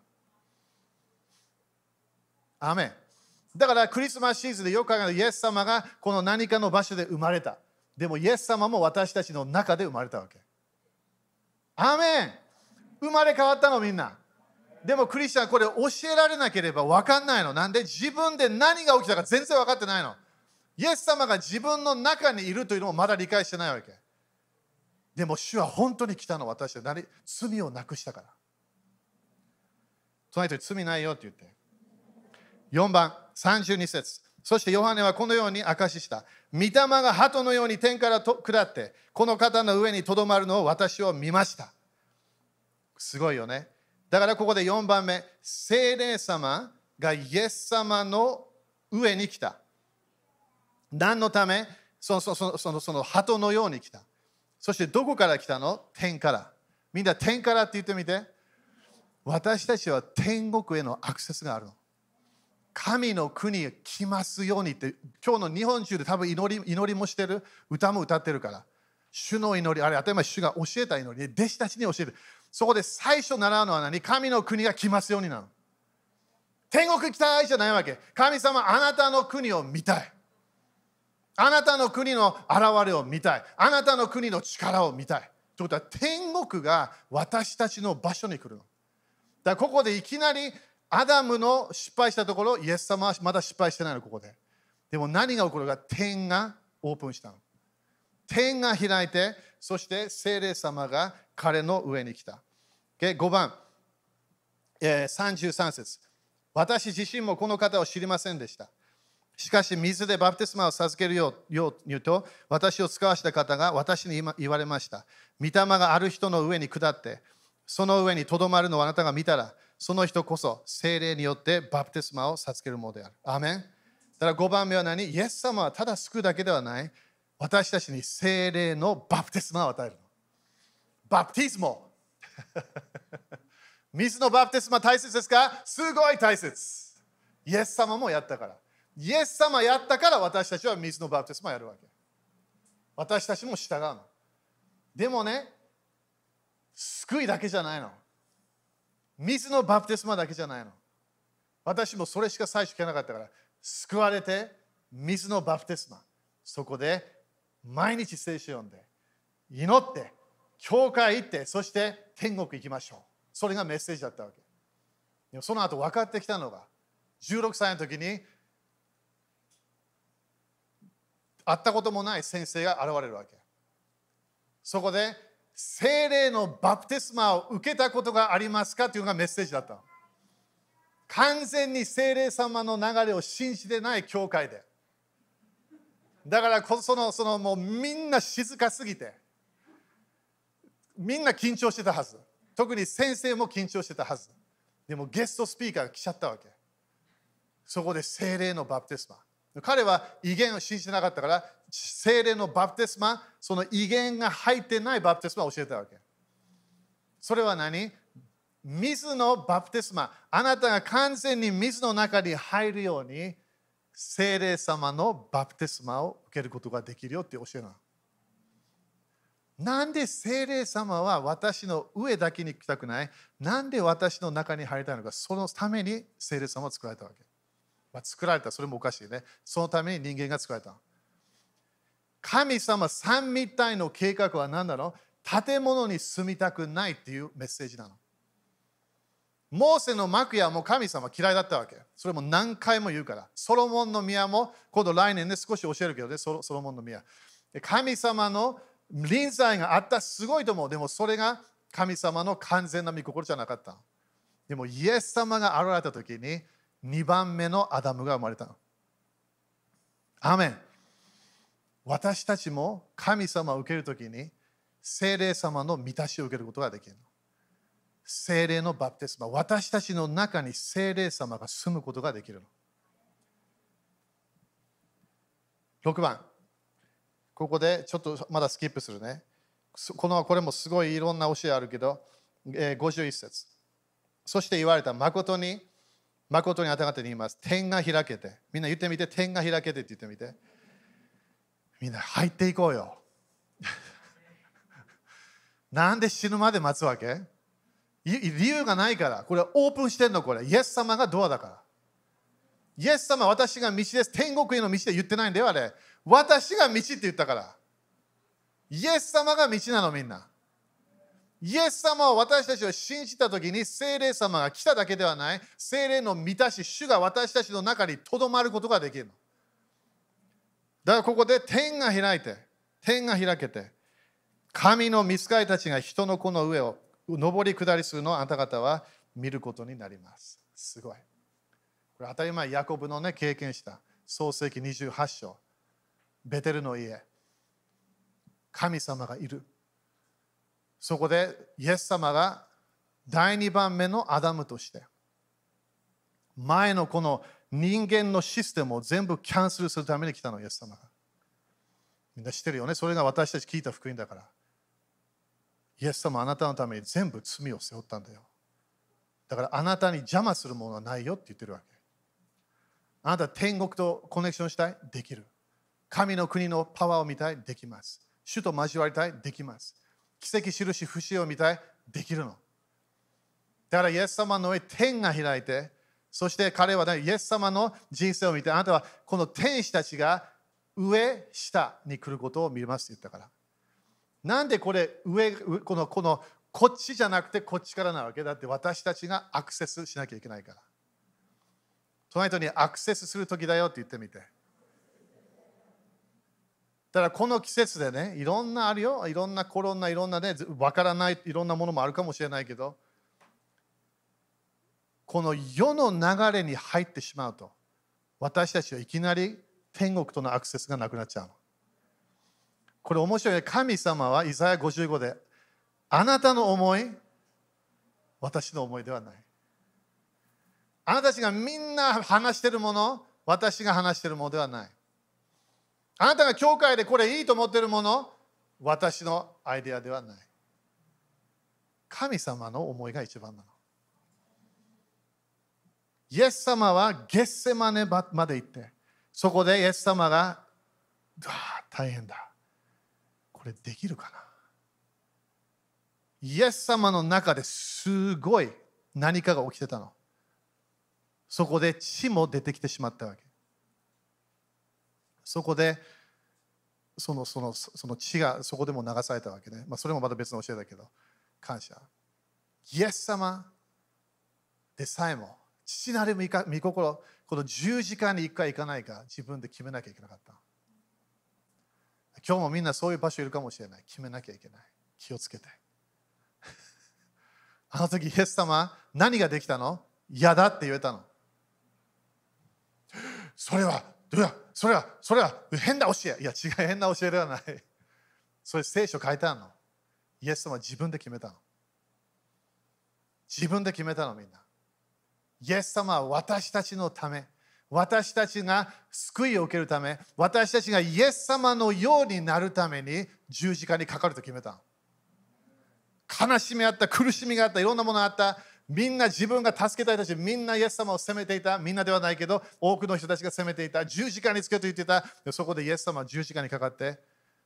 アメン。だからクリスマスシーズンでよく考えるイエス様がこの何かの場所で生まれた。でもイエス様も私たちの中で生まれたわけ。アメン。生まれ変わったのみんな。でもクリスチャンこれ教えられなければ分かんないの。なんで自分で何が起きたか全然分かってないの。イエス様が自分の中にいるというのもまだ理解してないわけ。でも主は本当に来たの。私は罪をなくしたから。隣人に罪ないよって言って。4番32節。そしてヨハネはこのように証しした。御霊が鳩のように天から下って、この方の上にとどまるのを私は見ました。すごいよね。だからここで4番目、聖霊様がイエス様の上に来た。 何のため？その鳩のように来た。そしてどこから来たの？天から。みんな天からって言ってみて。私たちは天国へのアクセスがあるの。神の国へ来ますようにって、今日の日本中で多分祈りもしてる、歌も歌ってるから。主の祈り、あれ当たり前主が教えた祈り、弟子たちに教える。そこで最初習うのは何？神の国が来ますようになる。天国行きたいじゃないわけ。神様、あなたの国を見たい。あなたの国の現れを見たい。あなたの国の力を見たい。ということは、天国が私たちの場所に来るの。だからここでいきなりアダムの失敗したところ、イエス様はまだ失敗してないの、ここで。でも何が起こるか、天がオープンしたの。天が開いて、そして聖霊様が彼の上に来た。5番、33節。私自身もこの方を知りませんでした。しかし、水でバプテスマを授けるよう言うと、私を使わした方が私に言われました。御霊がある人の上に下って、その上にとどまるのをあなたが見たら、その人こそ聖霊によってバプテスマを授けるものである。アーメン。だから5番目は何？イエス様はただ救うだけではない。私たちに聖霊のバプテスマを与えるの。バプティスモ。水のバプテスマ大切ですか？すごい大切。イエス様もやったから。イエス様やったから私たちは水のバプテスマをやるわけ。私たちも従うの。でもね、救いだけじゃないの。水のバプテスマだけじゃないの。私もそれしか最初聞けなかったから、救われて水のバプテスマ。そこで毎日聖書読んで、祈って、教会行って、そして天国行きましょう。それがメッセージだったわけ。でもその後分かってきたのが、16歳の時に会ったこともない先生が現れるわけ。そこで聖霊のバプテスマを受けたことがありますかというのがメッセージだった。完全に聖霊様の流れを信じてない教会で。だからもうみんな静かすぎて、みんな緊張してたはず。特に先生も緊張してたはず。でもゲストスピーカーが来ちゃったわけ。そこで聖霊のバプテスマ。彼は異言を信じてなかったから、聖霊のバプテスマ、その異言が入ってないバプテスマを教えたわけ。それは何？水のバプテスマ。あなたが完全に水の中に入るように、聖霊様のバプテスマを受けることができるよって教えなの。なんで聖霊様は私の上だけに来たくない？なんで私の中に入りたいのか？そのために聖霊様を作られたわけ。作られた、それもおかしいね。そのために人間が作られた。神様三位一体の計画は何だろう？建物に住みたくないっていうメッセージなの。モーセの幕屋も神様嫌いだったわけ。それも何回も言うから。ソロモンの宮も、今度来年で少し教えるけどね、ソロモンの宮。神様の臨在があった、すごいと思う。でもそれが神様の完全な御心じゃなかった。でもイエス様が現れたときに、2番目のアダムが生まれたの。アーメン。私たちも神様を受けるときに、聖霊様の満たしを受けることができるの。聖霊のバプテスマ。私たちの中に聖霊様が住むことができるの。6番。ここでちょっとまだスキップするね。これもすごいいろんな教えあるけど、51節。そして言われた、誠にあなた方に言います。天が開けて。みんな言ってみて、天が開けてって言ってみて。みんな入っていこうよ。なんで死ぬまで待つわけ？理由がないから。これオープンしてんの、これ。イエス様がドアだから。イエス様、私が道です。天国への道で言ってないんだよ、あれ。私が道って言ったから。イエス様が道なの、みんな。イエス様を私たちを信じたときに、聖霊様が来ただけではない。聖霊の満たし、主が私たちの中にとどまることができるの。だからここで天が開けて、神の御使いたちが人の子の上を上り下りするのをあなた方は見ることになります。すごい。これ当たり前、ヤコブのね、経験した創世記28章。ベテルの家。神様がいる。そこでイエス様が第2番目のアダムとして、前のこの人間のシステムを全部キャンセルするために来たの、イエス様が。みんな知ってるよね。それが私たち聞いた福音だから。イエス様はあなたのために全部罪を背負ったんだよ。だからあなたに邪魔するものはないよって言ってるわけ。あなた天国とコネクションしたい？できる。神の国のパワーを見たい？できます。主と交わりたい？できます。奇跡、印、不思議を見たい？できるの。だからイエス様の上、天が開いて、そして彼は、イエス様の人生を見て、あなたはこの天使たちが上、下に来ることを見ますって言ったから。なんでこれこっちじゃなくてこっちからなわけだって、私たちがアクセスしなきゃいけないから。隣人にアクセスするときだよって言ってみて。だからこの季節でね、いろんなあるよ、いろんなコロナ、いろんなね、わからないいろんなものもあるかもしれないけど、この世の流れに入ってしまうと、私たちはいきなり天国とのアクセスがなくなっちゃうの。これ面白いね。神様はイザヤ55で、あなたの思い、私の思いではない。あなたたちがみんな話しているもの、私が話しているものではない。あなたが教会でこれいいと思っているもの、私のアイデアではない。神様の思いが一番なの。イエス様はゲッセマネまで行って、そこでイエス様が、大変だ。これできるかな。イエス様の中ですごい何かが起きてたの。そこで血も出てきてしまったわけ。そこでその血がそこでも流されたわけね。それもまた別の教えだけど、感謝。イエス様でさえも、父なる御心、この十字架に行くか行かないか自分で決めなきゃいけなかった。今日もみんなそういう場所いるかもしれない。決めなきゃいけない。気をつけて。あの時イエス様、何ができたの？嫌だって言えたの。それは変な教え。いや違う、変な教えではない。それ聖書書いてあるの。イエス様は自分で決めたの。自分で決めたのみんな。イエス様は私たちのため、私たちが救いを受けるため、私たちがイエス様のようになるために十字架にかかると決めたの。悲しみあった、苦しみがあった、いろんなものがあった。みんな自分が助けたい人たち、みんなイエス様を責めていた。みんなではないけど、多くの人たちが責めていた。十字架につけと言っていた。そこでイエス様は十字架にかかって、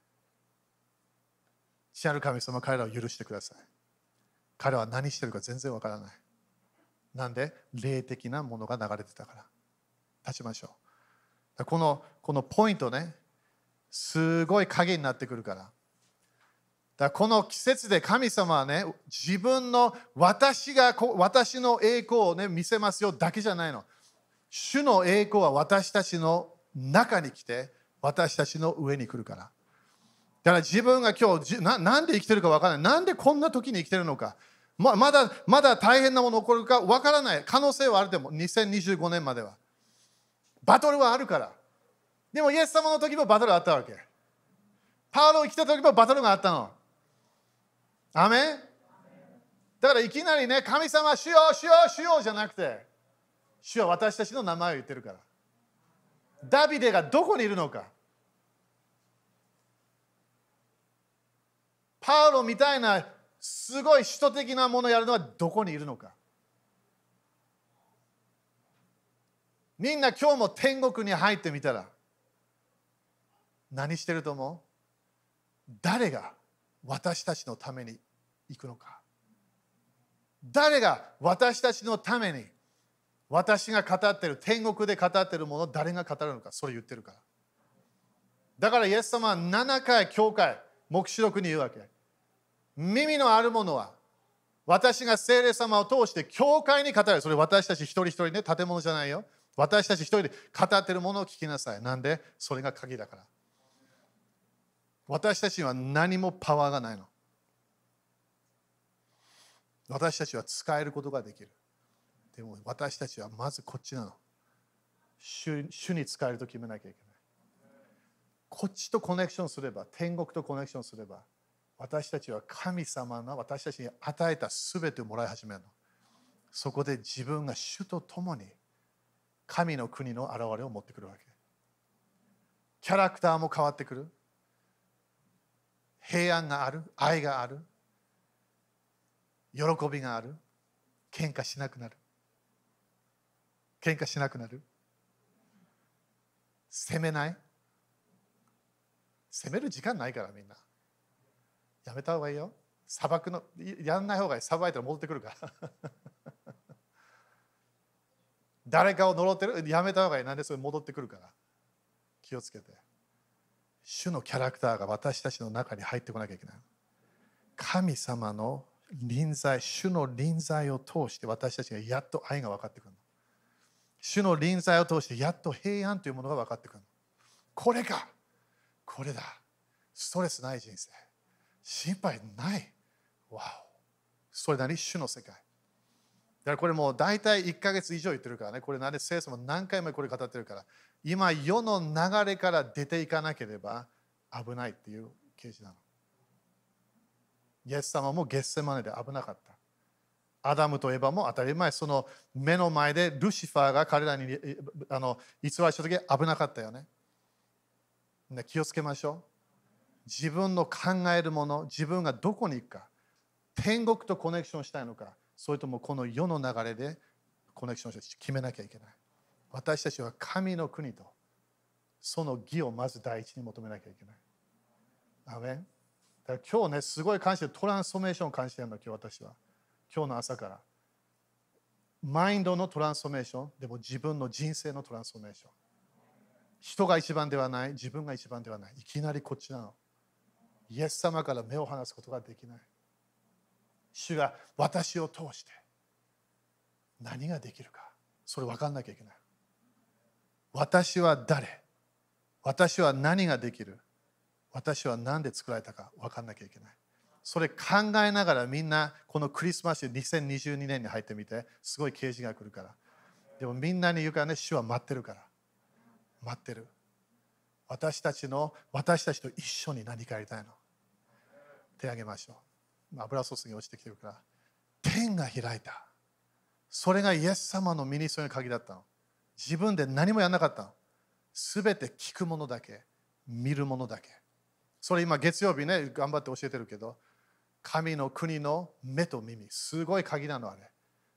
父なる神様、彼らを許してください。彼らは何してるか全然わからない。なんで霊的なものが流れてたから。立ちましょう。このポイントね、すごい鍵になってくるから。だからこの季節で神様はね、自分の私の栄光をね、見せますよだけじゃないの。主の栄光は私たちの中に来て、私たちの上に来るから。だから自分が今日なんで生きてるか分からない。なんでこんな時に生きてるのか。まだ大変なもの起こるか分からない。可能性はあるでも、2025年までは。バトルはあるから。でもイエス様の時もバトルがあったわけ。パウロが来た時もバトルがあったの。アメン。だからいきなりね、神様主よ主よ主よじゃなくて、主は私たちの名前を言ってるから。ダビデがどこにいるのか。パウロみたいなすごい首都的なものをやるのはどこにいるのか。みんな今日も天国に入ってみたら何してると思う？誰が私たちのために行くのか。誰が私たちのために、私が語っている、天国で語っているものを誰が語るのか。それ言ってるから。だからイエス様は7回教会、黙示録に言うわけ。耳のあるものは私が聖霊様を通して教会に語る。それ私たち一人一人ね、建物じゃないよ。私たち一人で語っているものを聞きなさい。なんで？それが鍵だから。私たちには何もパワーがないの。私たちは使えることができる。でも私たちはまずこっちなの。主に使えると決めなきゃいけない。こっちとコネクションすれば、天国とコネクションすれば、私たちは神様が私たちに与えたすべてをもらい始めるの。そこで自分が主と共に神の国の現れを持ってくるわけ。キャラクターも変わってくる。平安がある、愛がある、喜びがある、喧嘩しなくなる。喧嘩しなくなる。責めない。責める時間ないからみんな。やめた方がいいよ。裁くの、やんない方がいい。裁いたら戻ってくるから。誰かを呪ってる、やめた方がいい。なんでそれ戻ってくるから。気をつけて。主のキャラクターが私たちの中に入ってこなきゃいけない。神様の臨在、主の臨在を通して私たちがやっと愛が分かってくる。主の臨在を通してやっと平安というものが分かってくる。これか。これだ。ストレスない人生。心配ない。わお。それなり主の世界。だからこれもう大体1ヶ月以上言ってるからね。これなんで聖書も何回もこれ語ってるから。今世の流れから出ていかなければ危ないっていう啓示なの。イエス様もゲッセマネで危なかった。アダムとエバも当たり前、その目の前でルシファーが彼らに偽りした時危なかったよね。気をつけましょう。自分の考えるもの、自分がどこに行くか、天国とコネクションしたいのか、それともこの世の流れでコネクションして決めなきゃいけない。私たちは神の国とその義をまず第一に求めなきゃいけない。アメン。だから今日ね、すごい感謝、トランスフォーメーションを感じてるの、今日私は。今日の朝から。マインドのトランスフォーメーション、でも自分の人生のトランスフォーメーション。人が一番ではない、自分が一番ではない。いきなりこっちなの。イエス様から目を離すことができない。主が私を通して何ができるか、それ分かんなきゃいけない。私は誰？私は何ができる？私は何で作られたか分かんなきゃいけない。それ考えながらみんなこのクリスマス2022年に入ってみて、すごい啓示が来るから。でもみんなに言うからね、主は待ってるから。待ってる。私たちと一緒に何かやりたいの。手を挙げましょう。油注ぎ落ちてきてるから。天が開いた。それがイエス様のミニストリーの鍵だったの。自分で何もやらなかったの。すべて聞くものだけ、見るものだけ。それ今月曜日ね、頑張って教えてるけど、神の国の目と耳、すごい鍵なのあれ。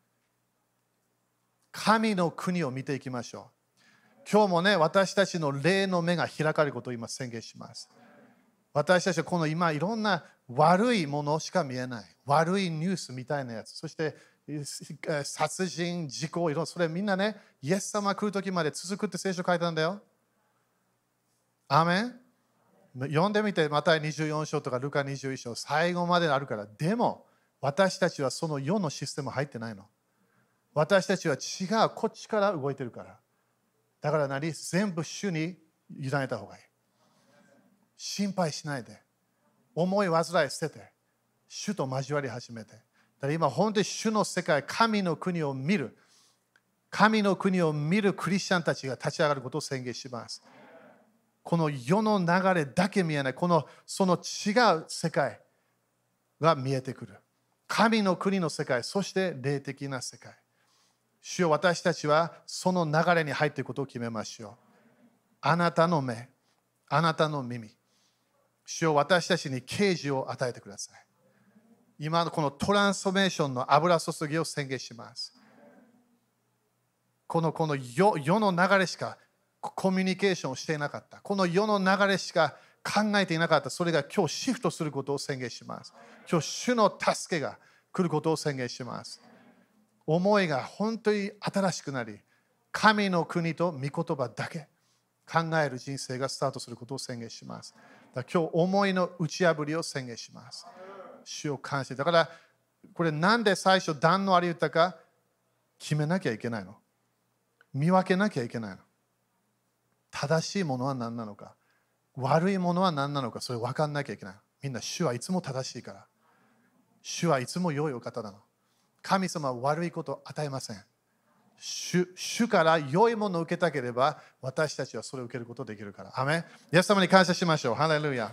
神の国を見ていきましょう。今日もね、私たちの霊の目が開かれることを今宣言します。私たちはこの今いろんな悪いものしか見えない。悪いニュースみたいなやつ。そして殺人、事故、それみんなね、イエス様が来るときまで続くって聖書書いたんだよ。アーメン。読んでみて、マタイ24章とかルカ21章、最後まであるから。でも、私たちはその世のシステム入ってないの。私たちは違う、こっちから動いてるから。だから何？全部主に委ねた方がいい。心配しないで。思い煩い捨てて、主と交わり始めて。だから今、本当に主の世界、神の国を見る。神の国を見るクリスチャンたちが立ち上がることを宣言します。この世の流れだけ見えない、その違う世界が見えてくる。神の国の世界、そして霊的な世界。主よ、私たちはその流れに入っていくことを決めましょう。あなたの目、あなたの耳。主よ、私たちに啓示を与えてください。今のこのトランスフォーメーションの油注ぎを宣言します。この世の流れしかコミュニケーションをしていなかった。この世の流れしか考えていなかった。それが今日シフトすることを宣言します。今日主の助けが来ることを宣言します。思いが本当に新しくなり、神の国と御言葉だけ考える人生がスタートすることを宣言します。だから今日思いの打ち破りを宣言します。主を感謝。だからこれなんで最初断のあり言ったか決めなきゃいけないの。見分けなきゃいけないの。正しいものは何なのか、悪いものは何なのか、それ分かんなきゃいけない。みんな主はいつも正しいから。主はいつも良いお方なの。神様は悪いことを与えません。主から良いものを受けたければ、私たちはそれを受けることができるから。アメン。イエス様に感謝しましょう。ハレルヤ。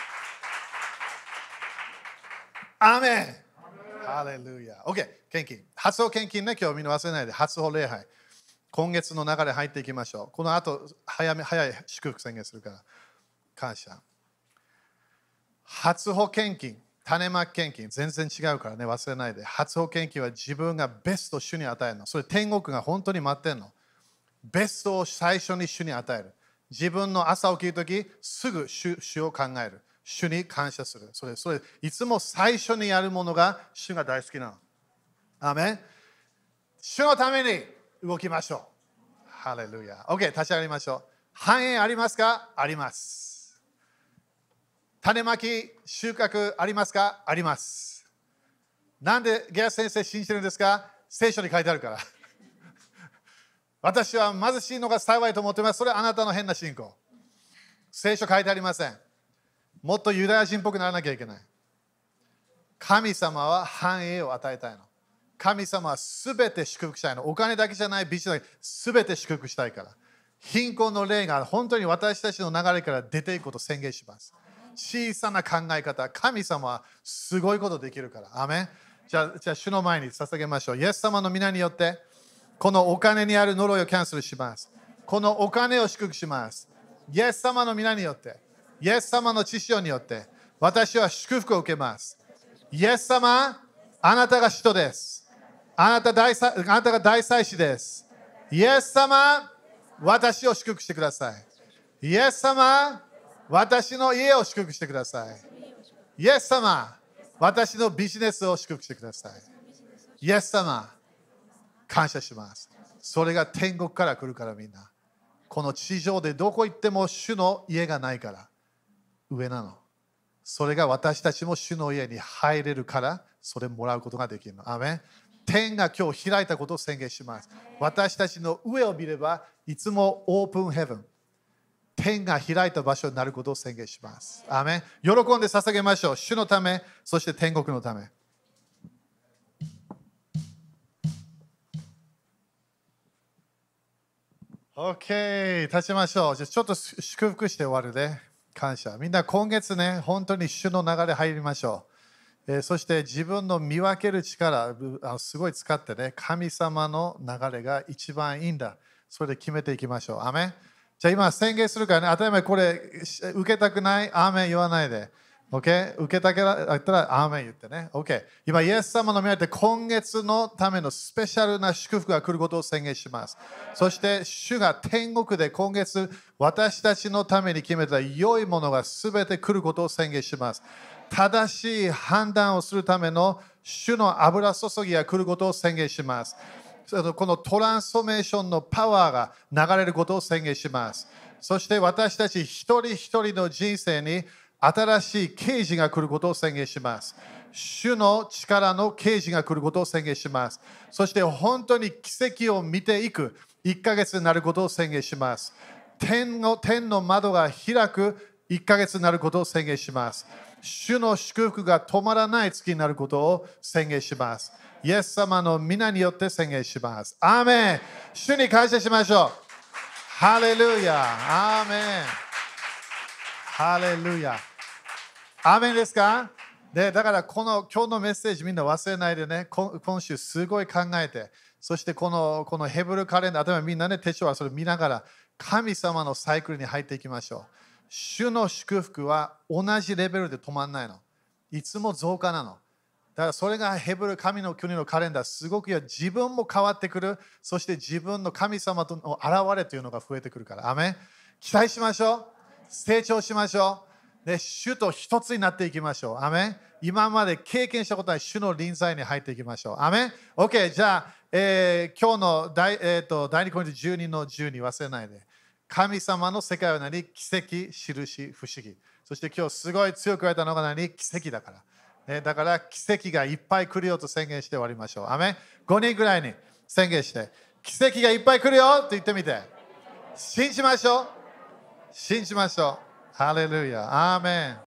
アメン。ハレルヤ。OK、元気。 初歩献金ね、今日みんな忘れないで。初歩礼拝。今月の流れ入っていきましょう。この後、早い祝福宣言するから。感謝。初歩献金、種まき献金、全然違うからね、忘れないで。初歩献金は自分がベストを主に与えるの。それ天国が本当に待ってるの。ベストを最初に主に与える。自分の朝起きるとき、すぐ主を考える。主に感謝する。それ、いつも最初にやるものが主が大好きなの。アーメン。主のために動きましょう。ハレルヤ。OK、立ち上がりましょう。繁栄ありますか？あります。種まき、収穫ありますか？あります。なんでゲア先生信じてるんですか？聖書に書いてあるから。私は貧しいのが幸いと思っています。それはあなたの変な信仰。聖書書いてありません。もっとユダヤ人っぽくならなきゃいけない。神様は繁栄を与えたいの。神様はすべて祝福したいの。お金だけじゃない、ビジネスすべて祝福したいから。貧困の霊が本当に私たちの流れから出ていくことを宣言します。小さな考え方、神様はすごいことできるから。アメン。じゃあ主の前に捧げましょう。イエス様の皆によって、このお金にある呪いをキャンセルします。このお金を祝福します。イエス様の皆によって、イエス様の知識によって、私は祝福を受けます。イエス様、あなたが使徒です。あなたが大祭司です。イエス様、私を祝福してください。イエス様、私の家を祝福してください。イエス様、私のビジネスを祝福してください。イエス様、感謝します。それが天国から来るからみんな。この地上でどこ行っても主の家がないから上なの。それが私たちも主の家に入れるからそれもらうことができるの。アメン。天が今日開いたことを宣言します。私たちの上を見ればいつもオープンヘブン。天が開いた場所になることを宣言します。アメン。喜んで捧げましょう。主のため、そして天国のため。OK、立ちましょう。じゃあちょっと祝福して終わるね。感謝。みんな今月ね、本当に主の流れ入りましょう。そして自分の見分ける力、すごい使ってね、神様の流れが一番いいんだ。それで決めていきましょう。アメン。じゃあ今宣言するからね、当たり前これ受けたくない、アーメン言わないで。OK？ 受けたけだったらアーメン言ってね。OK？ 今、イエス様の見られて今月のためのスペシャルな祝福が来ることを宣言します。そして主が天国で今月私たちのために決めた良いものが全て来ることを宣言します。正しい判断をするための主の油注ぎが来ることを宣言します。このトランスフォーメーションのパワーが流れることを宣言します。そして私たち一人一人の人生に新しい啓示が来ることを宣言します。主の力の啓示が来ることを宣言します。そして本当に奇跡を見ていく1ヶ月になることを宣言します。天の窓が開く1ヶ月になることを宣言します。主の祝福が止まらない月になることを宣言します。イエス様の皆によって宣言します。アーメン。主に感謝しましょう。ハレルヤ。アーメン。ハレルヤ。アーメンですか？で、だから今日のメッセージみんな忘れないでね、今週すごい考えて、そしてこのヘブルカレンダー、例えばみんなね、手帳はそれ見ながら、神様のサイクルに入っていきましょう。主の祝福は同じレベルで止まらないの。いつも増加なの。だからそれがヘブル神の国のカレンダー、すごく自分も変わってくる。そして自分の神様との現れというのが増えてくるから。アメン。期待しましょう。成長しましょう。で、主と一つになっていきましょう。アメン。今まで経験したことない主の臨在に入っていきましょう。アメン。OK、じゃあ、今日の第2コリント12の12忘れないで。神様の世界は何？奇跡、印、不思議。そして今日すごい強く言われたのが何？奇跡だから。ね、だから奇跡がいっぱい来るよと宣言して終わりましょう。アメン。5人ぐらいに宣言して、奇跡がいっぱい来るよって言ってみて。信じましょう。信じましょう。ハレルヤ。アーメン。